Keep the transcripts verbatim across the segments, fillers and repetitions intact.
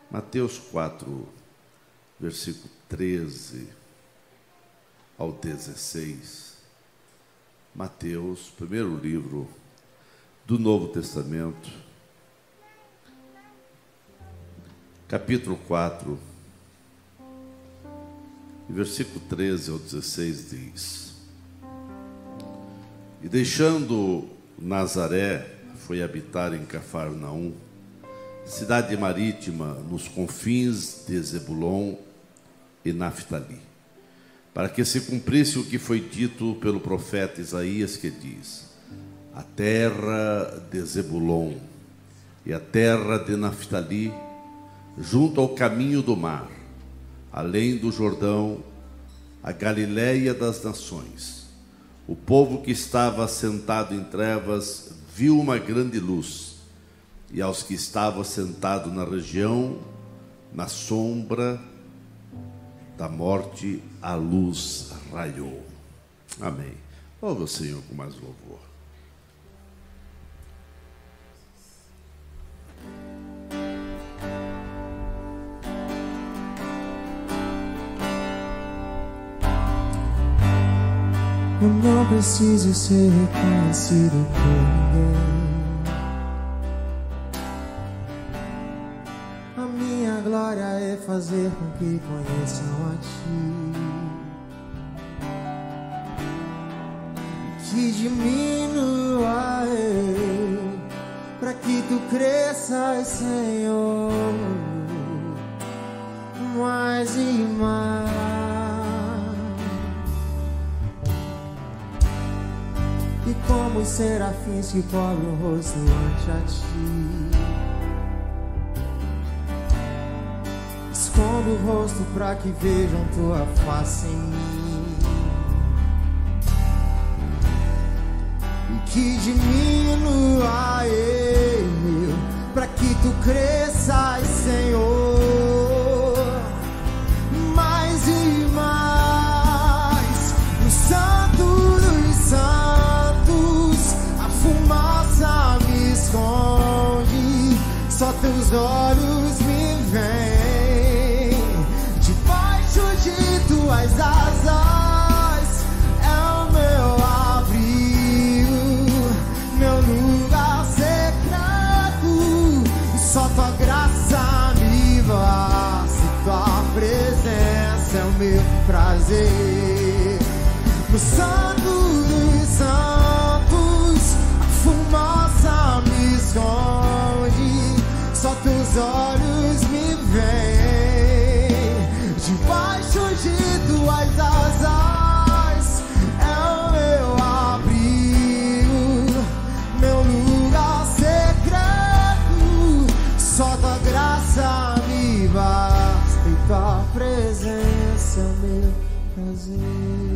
Mateus quatro, versículo treze ao dezesseis. Mateus, primeiro livro do Novo Testamento, capítulo quatro, versículo treze ao dezesseis diz: E deixando Nazaré, foi habitar em Cafarnaum, cidade marítima nos confins de Zebulon e Naftali, para que se cumprisse o que foi dito pelo profeta Isaías, que diz: a terra de Zebulon e a terra de Naftali, junto ao caminho do mar, além do Jordão, a Galiléia das nações. O povo que estava sentado em trevas viu uma grande luz, e aos que estavam sentados na região, na sombra da morte, a luz raiou. Amém. Louve o Senhor com mais louvor. Eu não preciso ser reconhecido por ninguém. A minha glória é fazer com que conheçam a Ti, que diminua eu, para que Tu cresças, Senhor, mais e mais. E como os serafins que cobrem o rosto ante a Ti, escondo o rosto para que vejam Tua face em mim, e que diminua eu, para que Tu cresças, Senhor, mais e mais. No Santo dos Santos a fumaça me esconde, só Teus olhos me veem. Debaixo de Tuas asas é o meu abrigo, meu lugar secreto, e só Tua graça me basta, Tua presença é o meu prazer. No Santo dos Santos a fumaça me esconde, só Teus olhos me veem. Debaixo de Tuas asas é o meu abrigo, meu lugar secreto, só Tua graça me basta, e Tua presença é o meu prazer.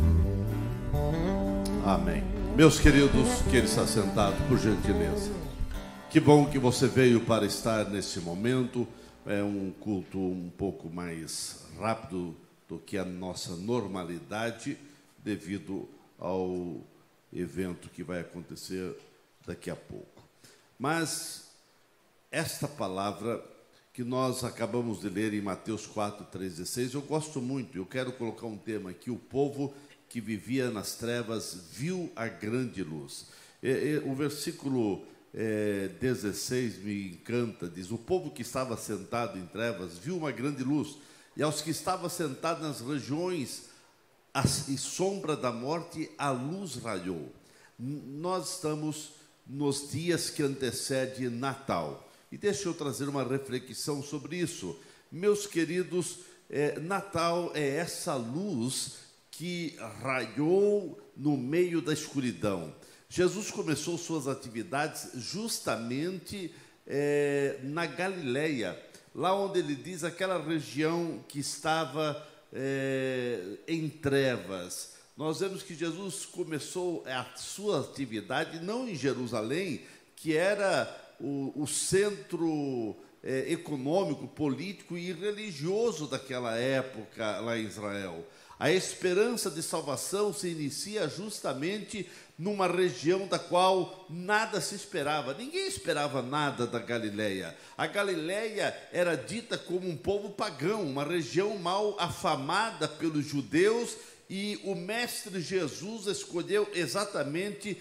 Amém. Meus queridos, que ele está sentado, por gentileza. Que bom que você veio para estar nesse momento. É um culto um pouco mais rápido do que a nossa normalidade, devido ao evento que vai acontecer daqui a pouco. Mas esta palavra que nós acabamos de ler em Mateus quatro, treze, dezesseis, eu gosto muito. Eu quero colocar um tema aqui: o povo que vivia nas trevas viu a grande luz. E, e, o versículo é, dezesseis me encanta, diz: o povo que estava sentado em trevas viu uma grande luz, e aos que estavam sentados nas regiões e sombra da morte, a luz raiou. Nós estamos nos dias que antecedem Natal, e deixa eu trazer uma reflexão sobre isso. Meus queridos, é, Natal é essa luz que raiou no meio da escuridão. Jesus começou suas atividades justamente é, na Galileia, lá onde ele diz aquela região que estava é, em trevas. Nós vemos que Jesus começou a sua atividade não em Jerusalém, que era o, o centro é, econômico, político e religioso daquela época lá em Israel. A esperança de salvação se inicia justamente numa região da qual nada se esperava. Ninguém esperava nada da Galileia. A Galileia era dita como um povo pagão, uma região mal afamada pelos judeus, e o Mestre Jesus escolheu exatamente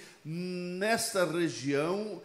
nesta região,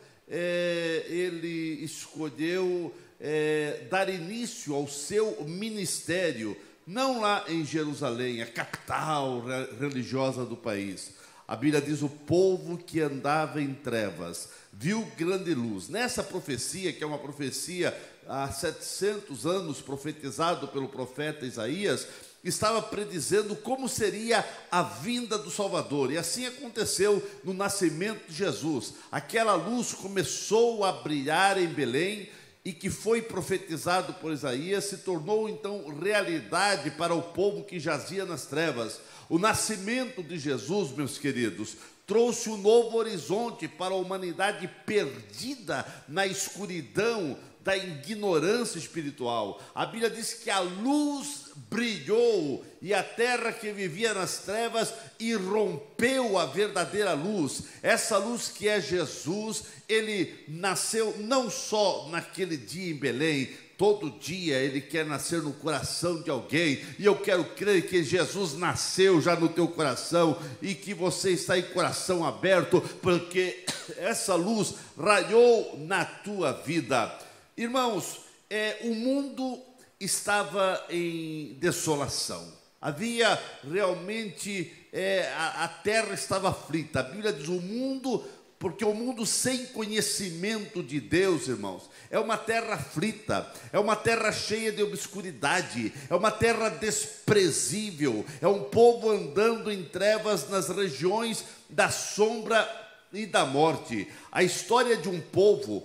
é, ele escolheu é, dar início ao seu ministério, não lá em Jerusalém, a capital religiosa do país. A Bíblia diz: o povo que andava em trevas viu grande luz. Nessa profecia, que é uma profecia há setecentos anos, profetizado pelo profeta Isaías, estava predizendo como seria a vinda do Salvador. E assim aconteceu no nascimento de Jesus. Aquela luz começou a brilhar em Belém, e que foi profetizado por Isaías, se tornou então realidade para o povo que jazia nas trevas. O nascimento de Jesus, meus queridos, trouxe um novo horizonte para a humanidade perdida na escuridão da ignorância espiritual. A Bíblia diz que a luz brilhou e a terra que vivia nas trevas irrompeu a verdadeira luz. Essa luz que é Jesus, ele nasceu não só naquele dia em Belém. Todo dia ele quer nascer no coração de alguém, e eu quero crer que Jesus nasceu já no teu coração, e que você está em coração aberto, porque essa luz raiou na tua vida. Irmãos, é, o mundo estava em desolação. Havia realmente, é, a, a terra estava aflita. A Bíblia diz o mundo, porque o mundo sem conhecimento de Deus, irmãos, é uma terra aflita, é uma terra cheia de obscuridade, é uma terra desprezível, é um povo andando em trevas nas regiões da sombra e da morte. A história de um povo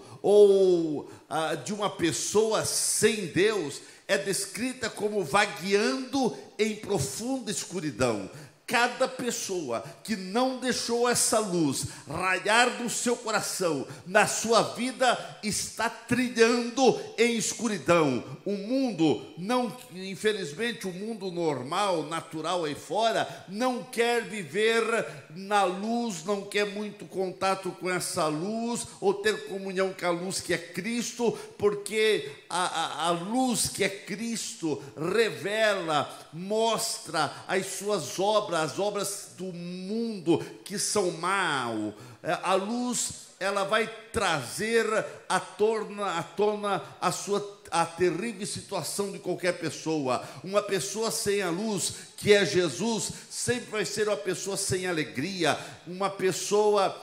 ou ah, de uma pessoa sem Deus é descrita como vagueando em profunda escuridão. Cada pessoa que não deixou essa luz raiar no seu coração, na sua vida, está trilhando em escuridão. O mundo, não, infelizmente, o mundo normal, natural aí fora, não quer viver na luz, não quer muito contato com essa luz, ou ter comunhão com a luz que é Cristo, porque a, a, a luz que é Cristo revela, mostra as suas obras, as obras do mundo que são mal. A luz, ela vai trazer à tona, à tona a sua a terrível situação de qualquer pessoa. Uma pessoa sem a luz, que é Jesus, sempre vai ser uma pessoa sem alegria, uma pessoa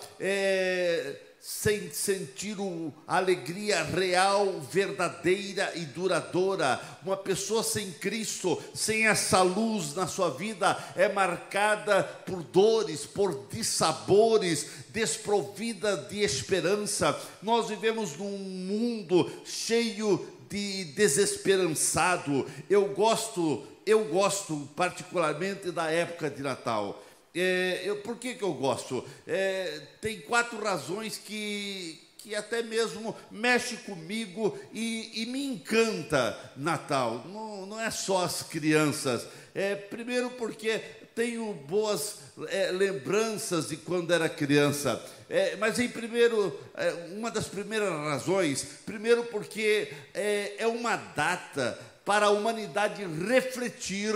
é, sem sentir o, a alegria real, verdadeira e duradoura. Uma pessoa sem Cristo, sem essa luz na sua vida, é marcada por dores, por dissabores, desprovida de esperança. Nós vivemos num mundo cheio de desesperançado. Eu gosto, eu gosto particularmente da época de Natal. É, eu, por que que eu gosto? É, tem quatro razões que, que até mesmo mexe comigo e, e me encanta Natal. Não, não é só as crianças. É, primeiro porque tenho boas é, lembranças de quando era criança. É, mas em primeiro, é, uma das primeiras razões, primeiro porque é, é uma data para a humanidade refletir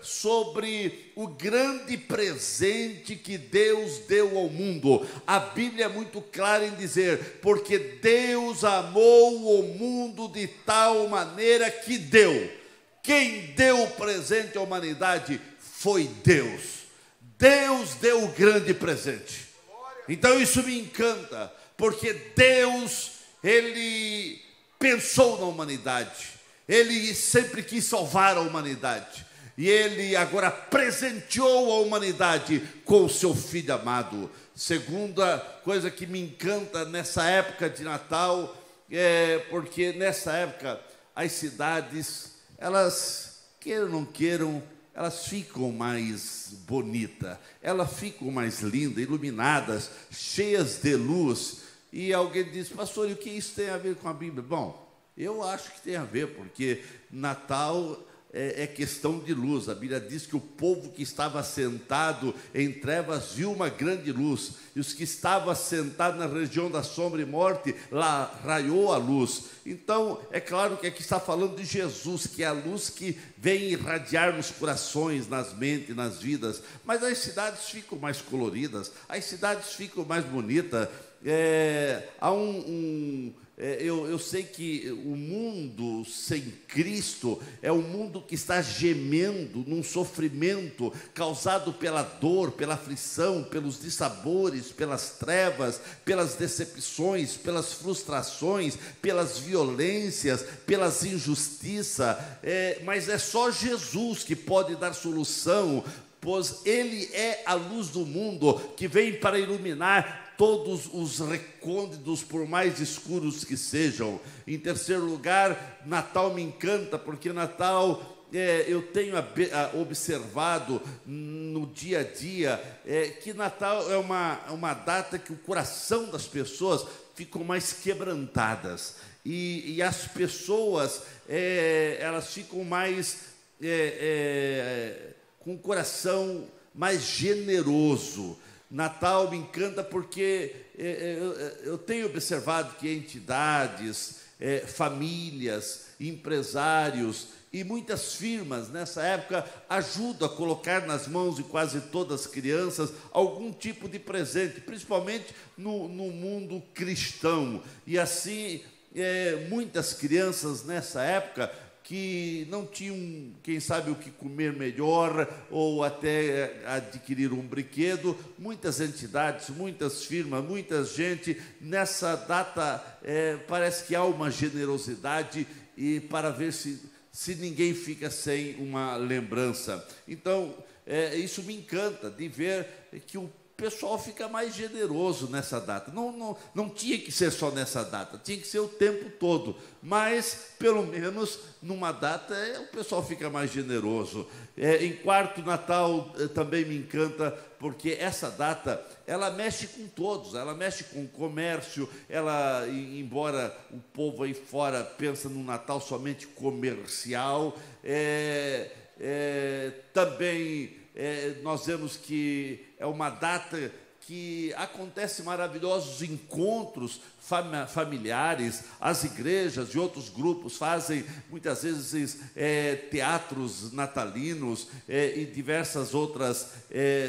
sobre o grande presente que Deus deu ao mundo. A Bíblia é muito clara em dizer: porque Deus amou o mundo de tal maneira que deu. Quem deu o presente à humanidade foi Deus. Deus deu o grande presente. Então isso me encanta, porque Deus, Ele pensou na humanidade. Ele sempre quis salvar a humanidade, e Ele agora presenteou a humanidade com o seu Filho amado. Segunda coisa que me encanta nessa época de Natal, é porque nessa época as cidades, elas, queiram ou não queiram, elas ficam mais bonitas, elas ficam mais lindas, iluminadas, cheias de luz. E alguém diz: pastor, e o que isso tem a ver com a Bíblia? Bom, Eu acho que tem a ver, porque Natal é, é questão de luz. A Bíblia diz que o povo que estava sentado em trevas viu uma grande luz, e os que estavam sentados na região da sombra e morte, lá raiou a luz. Então, é claro que aqui está falando de Jesus, que é a luz que vem irradiar nos corações, nas mentes, nas vidas. Mas as cidades ficam mais coloridas, as cidades ficam mais bonitas. É, há um... um É, eu, eu sei que o mundo sem Cristo é um mundo que está gemendo num sofrimento causado pela dor, pela aflição, pelos dissabores, pelas trevas, pelas decepções, pelas frustrações, pelas violências, pelas injustiças. É, mas é só Jesus que pode dar solução, pois Ele é a luz do mundo que vem para iluminar todos os recônditos, por mais escuros que sejam. Em terceiro lugar, Natal me encanta, porque Natal, é, eu tenho observado no dia a dia, é, que Natal é uma, uma data que o coração das pessoas ficam mais quebrantadas, e, e as pessoas, é, elas ficam mais, é, é, com o coração mais generoso. Natal me encanta porque é, eu, eu tenho observado que entidades, é, famílias, empresários e muitas firmas nessa época ajudam a colocar nas mãos de quase todas as crianças algum tipo de presente, principalmente no, no mundo cristão. E assim, é, muitas crianças nessa época que não tinham, quem sabe, o que comer melhor, ou até adquirir um brinquedo, muitas entidades, muitas firmas, muita gente, nessa data, é, parece que há uma generosidade, e para ver se, se ninguém fica sem uma lembrança. Então, é, isso me encanta, de ver que o O pessoal fica mais generoso nessa data. Não, não, não tinha que ser só nessa data, tinha que ser o tempo todo. Mas, pelo menos, numa data, é, o pessoal fica mais generoso. É, em quarto, Natal é, também me encanta, porque essa data, ela mexe com todos, ela mexe com o comércio, ela, embora o povo aí fora pense no Natal somente comercial, é, é, também... É, nós vemos que é uma data que acontece maravilhosos encontros fam- familiares, as igrejas e outros grupos fazem muitas vezes é, teatros natalinos é, e diversas outras é,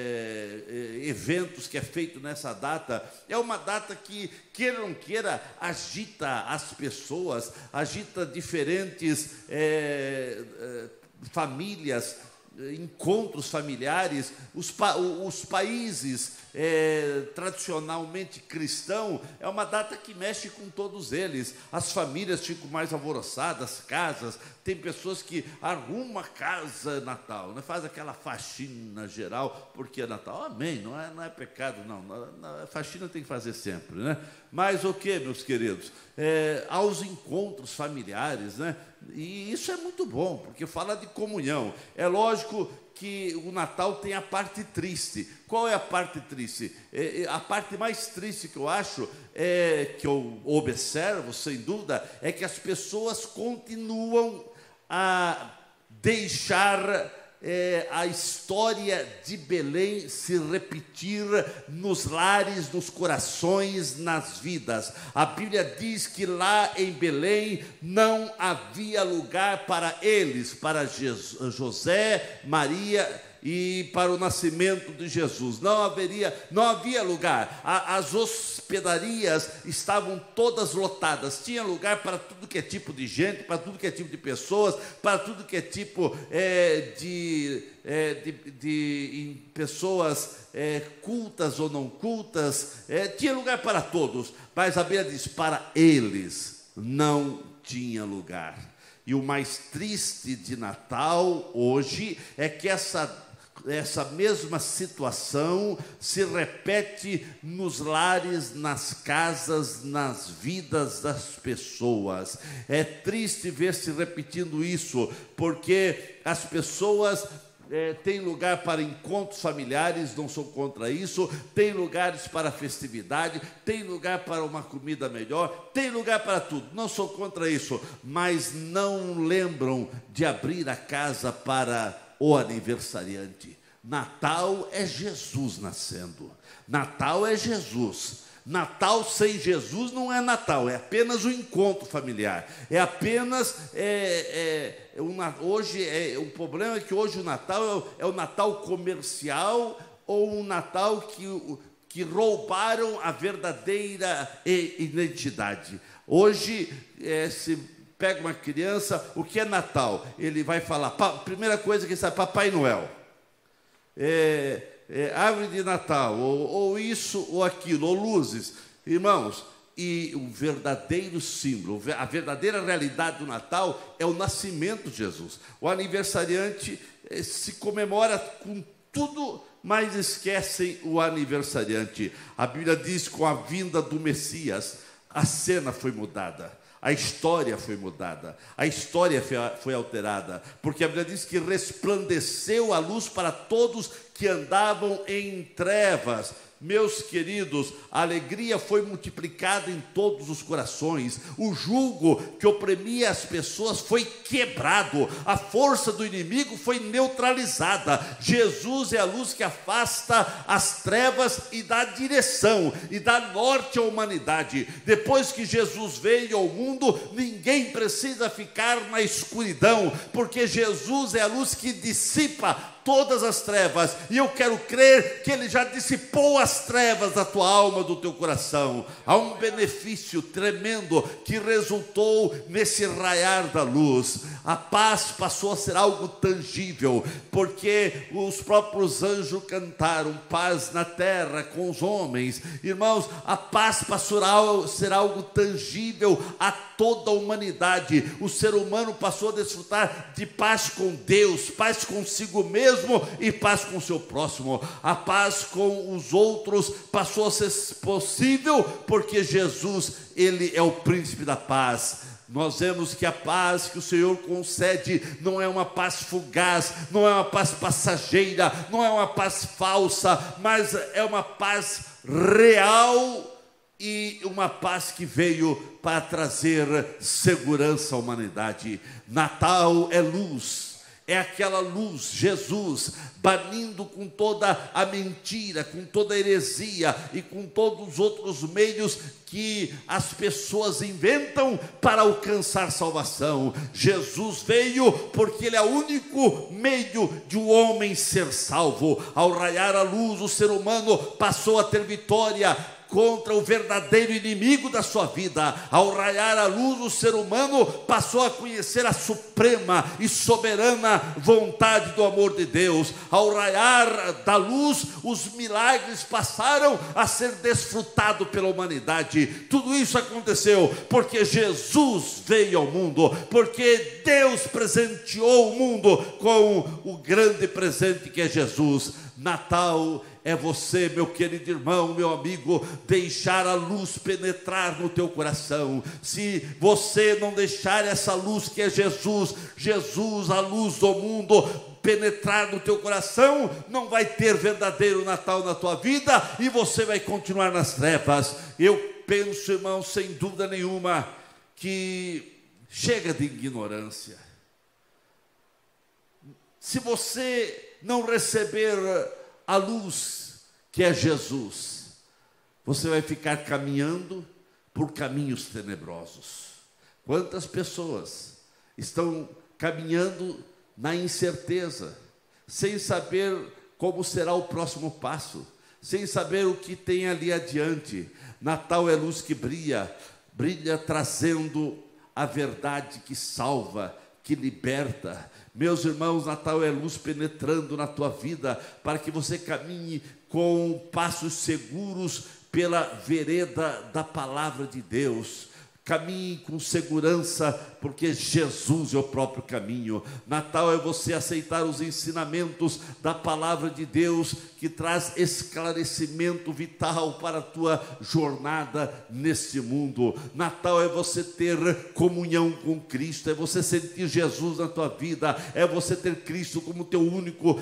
é, eventos que é feito nessa data. É uma data que, queira ou não queira, agita as pessoas, agita diferentes é, é, famílias, encontros familiares. Os, pa os países é, tradicionalmente cristãos, é uma data que mexe com todos eles. As famílias ficam mais alvoroçadas, casas, tem pessoas que arrumam a casa Natal, né? Faz aquela faxina geral, porque é Natal. Amém, não é, não é pecado, não. A faxina tem que fazer sempre, né? Mas o que, meus queridos? É, aos encontros familiares, né? E isso é muito bom, porque fala de comunhão. É lógico que o Natal tem a parte triste. Qual é a parte triste? É, a parte mais triste que eu acho, é, que eu observo, sem dúvida, é que as pessoas continuam a deixar é, a história de Belém se repetir nos lares, nos corações, nas vidas. A Bíblia diz que lá em Belém não havia lugar para eles, para José, Maria e para o nascimento de Jesus. Não haveria, não havia lugar. As hospedarias estavam todas lotadas. Tinha lugar para tudo que é tipo de gente, para tudo que é tipo de pessoas, para tudo que é tipo é, de, é, de, de pessoas é, cultas ou não cultas. É, tinha lugar para todos, mas a Bíblia diz, para eles não tinha lugar. E o mais triste de Natal hoje é que essa Essa mesma situação se repete nos lares, nas casas, nas vidas das pessoas. É triste ver se repetindo isso, porque as pessoas é, tem lugar para encontros familiares, não sou contra isso, tem lugares para festividade, tem lugar para uma comida melhor, tem lugar para tudo, não sou contra isso, mas não lembram de abrir a casa para o aniversariante. Natal é Jesus nascendo, Natal é Jesus. Natal sem Jesus não é Natal, é apenas um encontro familiar, é apenas, é, é, uma, hoje, é, o problema é que hoje o Natal é o, é o Natal comercial, ou um Natal que, que roubaram a verdadeira identidade. Hoje, é, se pega uma criança, o que é Natal? Ele vai falar, pa, primeira coisa que ele sabe, Papai Noel, é... É, árvore de Natal, ou, ou isso ou aquilo, ou luzes. Irmãos, e o verdadeiro símbolo, a verdadeira realidade do Natal é o nascimento de Jesus. O aniversariante eh, se comemora com tudo, mas esquecem o aniversariante. A Bíblia diz que com a vinda do Messias, a cena foi mudada. A história foi mudada, a história foi alterada, porque a Bíblia diz que resplandeceu a luz para todos que andavam em trevas. Meus queridos, a alegria foi multiplicada em todos os corações, o jugo que oprimia as pessoas foi quebrado, a força do inimigo foi neutralizada. Jesus é a luz que afasta as trevas e dá direção, e dá norte à humanidade. Depois que Jesus veio ao mundo, ninguém precisa ficar na escuridão, porque Jesus é a luz que dissipa todas as trevas, e eu quero crer que Ele já dissipou as trevas da tua alma, do teu coração. Há um benefício tremendo que resultou nesse raiar da luz. A paz passou a ser algo tangível, porque os próprios anjos cantaram paz na terra com os homens. Irmãos, a paz passou a ser algo tangível a toda a humanidade. O ser humano passou a desfrutar de paz com Deus, paz consigo mesmo e paz com o seu próximo. A paz com os outros passou a ser possível porque Jesus, Ele é o príncipe da paz. Nós vemos que a paz que o Senhor concede não é uma paz fugaz, não é uma paz passageira, não é uma paz falsa, mas é uma paz real, e uma paz que veio para trazer segurança à humanidade. Natal é luz. É aquela luz, Jesus, banindo com toda a mentira, com toda a heresia e com todos os outros meios que as pessoas inventam para alcançar salvação. Jesus veio porque Ele é o único meio de um homem ser salvo. Ao raiar a luz, o ser humano passou a ter vitória contra o verdadeiro inimigo da sua vida. Ao raiar a luz, o ser humano passou a conhecer a suprema e soberana vontade do amor de Deus. Ao raiar da luz, os milagres passaram a ser desfrutados pela humanidade. Tudo isso aconteceu porque Jesus veio ao mundo, porque Deus presenteou o mundo com o grande presente que é Jesus. Natal é você, meu querido irmão, meu amigo, deixar a luz penetrar no teu coração. Se você não deixar essa luz que é Jesus, Jesus, a luz do mundo, penetrar no teu coração, não vai ter verdadeiro Natal na tua vida, e você vai continuar nas trevas. Eu penso, irmão, sem dúvida nenhuma, que chega de ignorância. Se você não receber a luz que é Jesus, você vai ficar caminhando por caminhos tenebrosos. Quantas pessoas estão caminhando na incerteza, sem saber como será o próximo passo, sem saber o que tem ali adiante. Natal é luz que brilha, brilha trazendo a verdade que salva, que liberta. Meus irmãos, Natal é luz penetrando na tua vida, para que você caminhe com passos seguros pela vereda da palavra de Deus. Caminhe com segurança, porque Jesus é o próprio caminho. Natal é você aceitar os ensinamentos da palavra de Deus, que traz esclarecimento vital para a tua jornada neste mundo. Natal é você ter comunhão com Cristo, é você sentir Jesus na tua vida, é você ter Cristo como teu único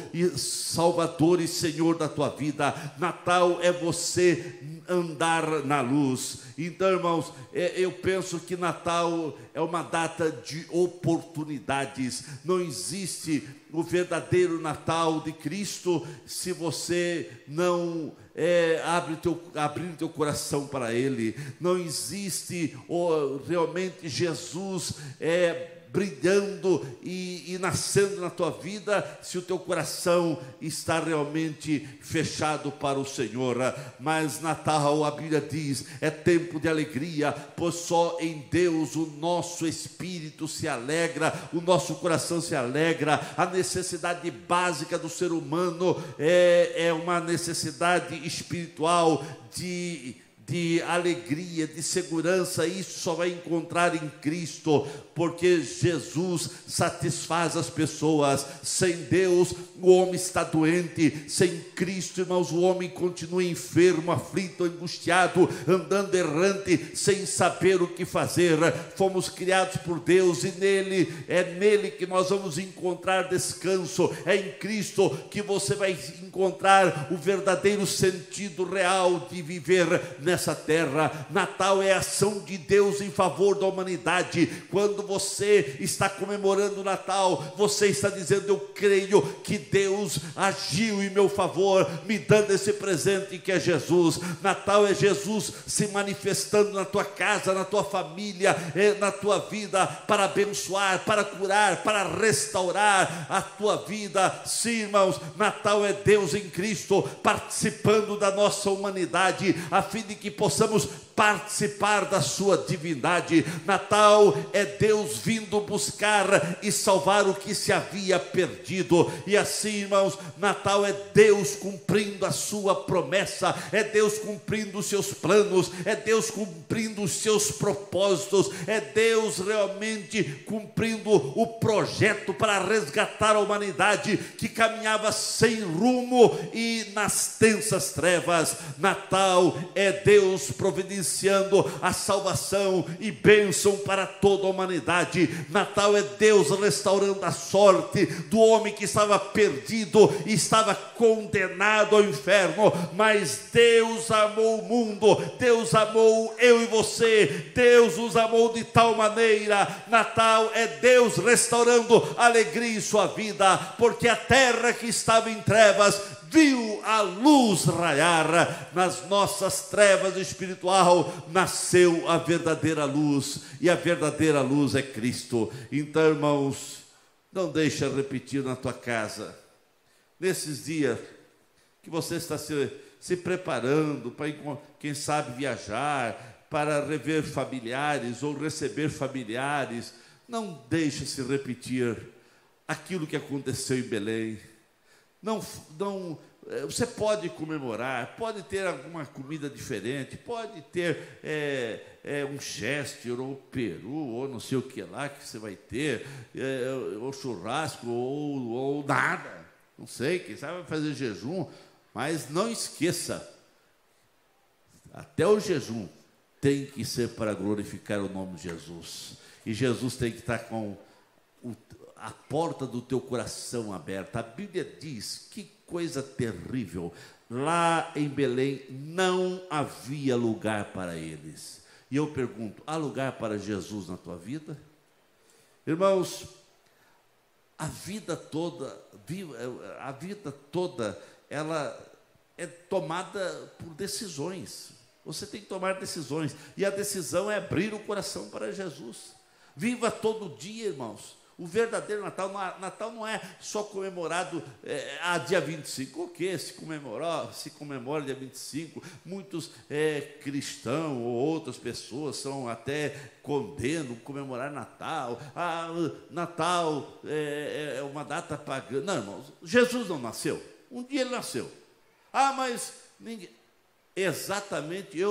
Salvador e Senhor da tua vida. Natal é você andar na luz. Então, irmãos, eu penso que Natal é uma data de oportunidades. Não existe o verdadeiro Natal de Cristo se você não é, abre teu, abrir teu coração para Ele. Não existe oh, realmente Jesus é brilhando e, e nascendo na tua vida, se o teu coração está realmente fechado para o Senhor. Mas Natal, a Bíblia diz, é tempo de alegria, pois só em Deus o nosso espírito se alegra, o nosso coração se alegra. A necessidade básica do ser humano é, é uma necessidade espiritual de de alegria, de segurança. Isso só vai encontrar em Cristo, porque Jesus satisfaz as pessoas. Sem Deus, o homem está doente. Sem Cristo, irmãos, o homem continua enfermo, aflito, angustiado, andando errante, sem saber o que fazer. Fomos criados por Deus e nele, é nele que nós vamos encontrar descanso. É em Cristo que você vai encontrar o verdadeiro sentido real de viver nessa Nessa terra. Natal é a ação de Deus em favor da humanidade. Quando você está comemorando o Natal, você está dizendo: eu creio que Deus agiu em meu favor, me dando esse presente que é Jesus. Natal é Jesus se manifestando na tua casa, na tua família, na tua vida, para abençoar, para curar, para restaurar a tua vida. Sim, irmãos, Natal é Deus em Cristo participando da nossa humanidade, a fim de que possamos participar da sua divindade. Natal é Deus vindo buscar e salvar o que se havia perdido. E assim, irmãos, Natal é Deus cumprindo a sua promessa, é Deus cumprindo os seus planos, é Deus cumprindo os seus propósitos, é Deus realmente cumprindo o projeto para resgatar a humanidade que caminhava sem rumo e nas tensas trevas. Natal é Deus providenciando a salvação e bênção para toda a humanidade. Natal é Deus restaurando a sorte do homem que estava perdido e estava condenado ao inferno, mas Deus amou o mundo, Deus amou eu e você, Deus nos amou de tal maneira. Natal é Deus restaurando a alegria em sua vida, porque a terra que estava em trevas viu a luz raiar. Nas nossas trevas espiritual nasceu a verdadeira luz, e a verdadeira luz é Cristo. Então, irmãos, não deixa repetir na tua casa, nesses dias que você está se, se preparando para, quem sabe, viajar, para rever familiares ou receber familiares. Não deixe se repetir aquilo que aconteceu em Belém. Não, não, você pode comemorar, pode ter alguma comida diferente, pode ter é, é, um Chester, ou peru, ou não sei o que lá que você vai ter, é, ou churrasco, ou, ou nada, não sei, quem sabe vai fazer jejum, mas não esqueça, até o jejum tem que ser para glorificar o nome de Jesus, e Jesus tem que estar com o a porta do teu coração aberta. A Bíblia diz, que coisa terrível, lá em Belém não havia lugar para eles. E eu pergunto, há lugar para Jesus na tua vida? Irmãos, a vida toda, a vida toda, ela é tomada por decisões. Você tem que tomar decisões, e a decisão é abrir o coração para Jesus. Viva todo dia, irmãos. O verdadeiro Natal, Natal não é só comemorado é, a dia vinte e cinco. O que se comemora, se comemora dia vinte e cinco? Muitos é, cristãos ou outras pessoas são até condenam comemorar Natal. Ah, Natal é, é uma data pagã. Não, irmãos, Jesus não nasceu. Um dia ele nasceu. Ah, mas ninguém... Exatamente, eu...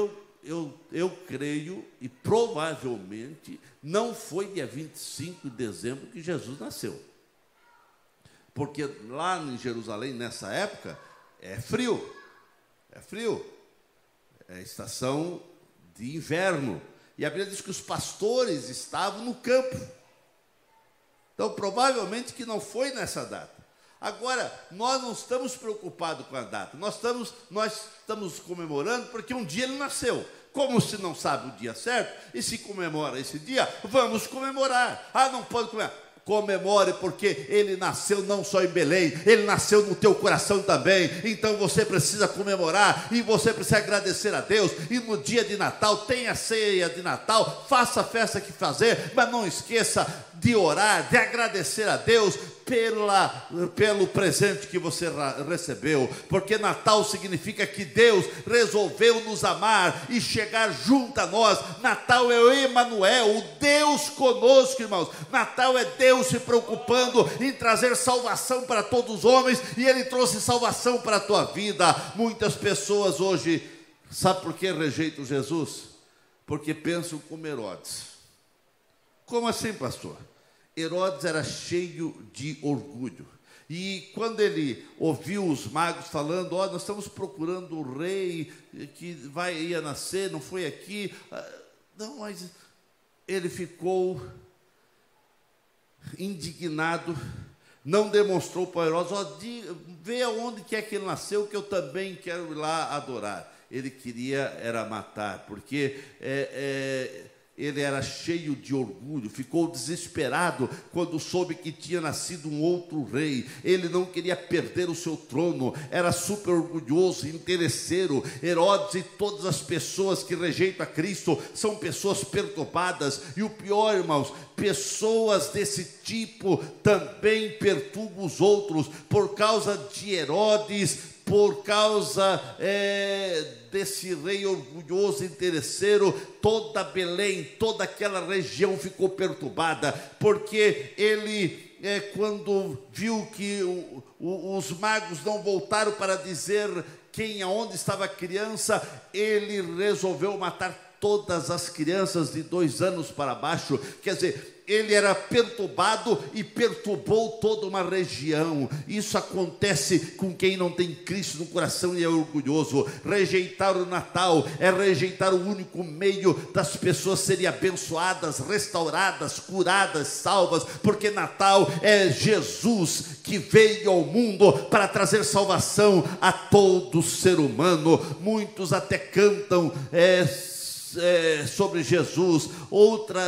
eu, eu creio, e provavelmente, não foi dia vinte e cinco de dezembro que Jesus nasceu. Porque lá em Jerusalém, nessa época, é frio. É frio. É estação de inverno. E a Bíblia diz que os pastores estavam no campo. Então, provavelmente que não foi nessa data. Agora, nós não estamos preocupados com a data. Nós estamos, nós estamos comemorando porque um dia ele nasceu. Como se não sabe o dia certo, e se comemora esse dia, vamos comemorar. Ah, não pode comemorar. Comemore, porque ele nasceu não só em Belém, ele nasceu no teu coração também. Então você precisa comemorar e você precisa agradecer a Deus. E no dia de Natal, tenha ceia de Natal, faça a festa que fazer, mas não esqueça de orar, de agradecer a Deus pela, pelo presente que você recebeu, porque Natal significa que Deus resolveu nos amar e chegar junto a nós. Natal é o Emanuel, o Deus conosco, irmãos. Natal é Deus se preocupando em trazer salvação para todos os homens, e Ele trouxe salvação para a tua vida. Muitas pessoas hoje, sabe por que rejeitam Jesus? Porque pensam como Herodes. Como assim, pastor? Herodes era cheio de orgulho. E quando ele ouviu os magos falando, ó, oh, nós estamos procurando o rei que vai, ia nascer, não foi aqui. Não, mas ele ficou indignado, não demonstrou para Herodes, ó, oh, vê aonde que é que ele nasceu, que eu também quero ir lá adorar. Ele queria era matar, porque é, é, ele era cheio de orgulho, ficou desesperado quando soube que tinha nascido um outro rei. Ele não queria perder o seu trono, era super orgulhoso, interesseiro. Herodes e todas as pessoas que rejeitam a Cristo são pessoas perturbadas. E o pior, irmãos, pessoas desse tipo também perturbam os outros. Por causa de Herodes, por causa é, desse rei orgulhoso, interesseiro, toda Belém, toda aquela região ficou perturbada, porque ele, é, quando viu que o, o, os magos não voltaram para dizer quem, aonde estava a criança, ele resolveu matar todas as crianças de dois anos para baixo. Quer dizer, ele era perturbado e perturbou toda uma região. Isso acontece com quem não tem Cristo no coração e é orgulhoso. Rejeitar o Natal é rejeitar o único meio das pessoas serem abençoadas, restauradas, curadas, salvas, porque Natal é Jesus que veio ao mundo para trazer salvação a todo ser humano. Muitos até cantam é, É, sobre Jesus, outra,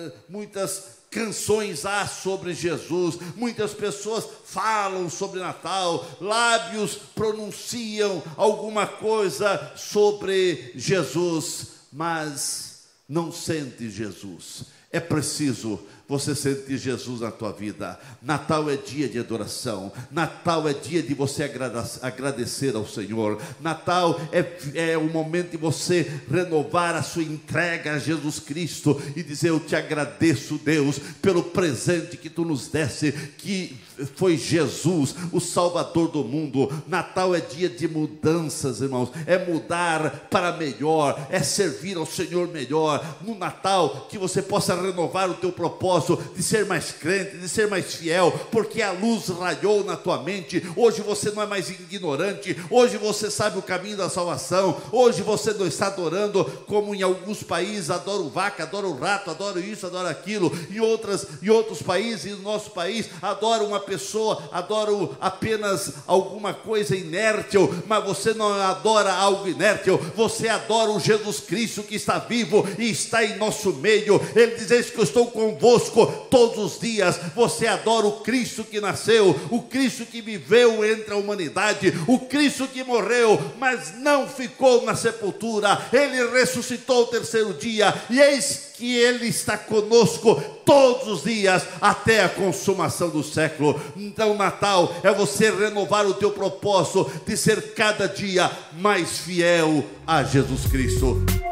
muitas canções há sobre Jesus, muitas pessoas falam sobre Natal, lábios pronunciam alguma coisa sobre Jesus, mas não sente Jesus. É preciso você sentir Jesus na tua vida. Natal é dia de adoração. Natal é dia de você agradecer ao Senhor. Natal é, é o momento de você renovar a sua entrega a Jesus Cristo e dizer: eu te agradeço, Deus, pelo presente que tu nos deste, que foi Jesus, o Salvador do mundo. Natal é dia de mudanças, irmãos. É mudar para melhor, é servir ao Senhor melhor. No Natal, que você possa renovar o teu propósito de ser mais crente, de ser mais fiel, porque a luz raiou na tua mente. Hoje você não é mais ignorante, hoje você sabe o caminho da salvação. Hoje você não está adorando como em alguns países adoram vaca, adoram rato, adoram isso, adoram aquilo. Em, outras, em outros países, no nosso país, adoram uma pessoa, adoram apenas alguma coisa inértil, mas você não adora algo inértil, você adora o Jesus Cristo que está vivo e está em nosso meio. Ele diz: eis que eu estou convosco todos os dias. Você adora o Cristo que nasceu, o Cristo que viveu entre a humanidade, o Cristo que morreu, mas não ficou na sepultura. Ele ressuscitou o terceiro dia, e eis que Ele está conosco todos os dias até a consumação do século. Então Natal é você renovar o teu propósito de ser cada dia mais fiel a Jesus Cristo.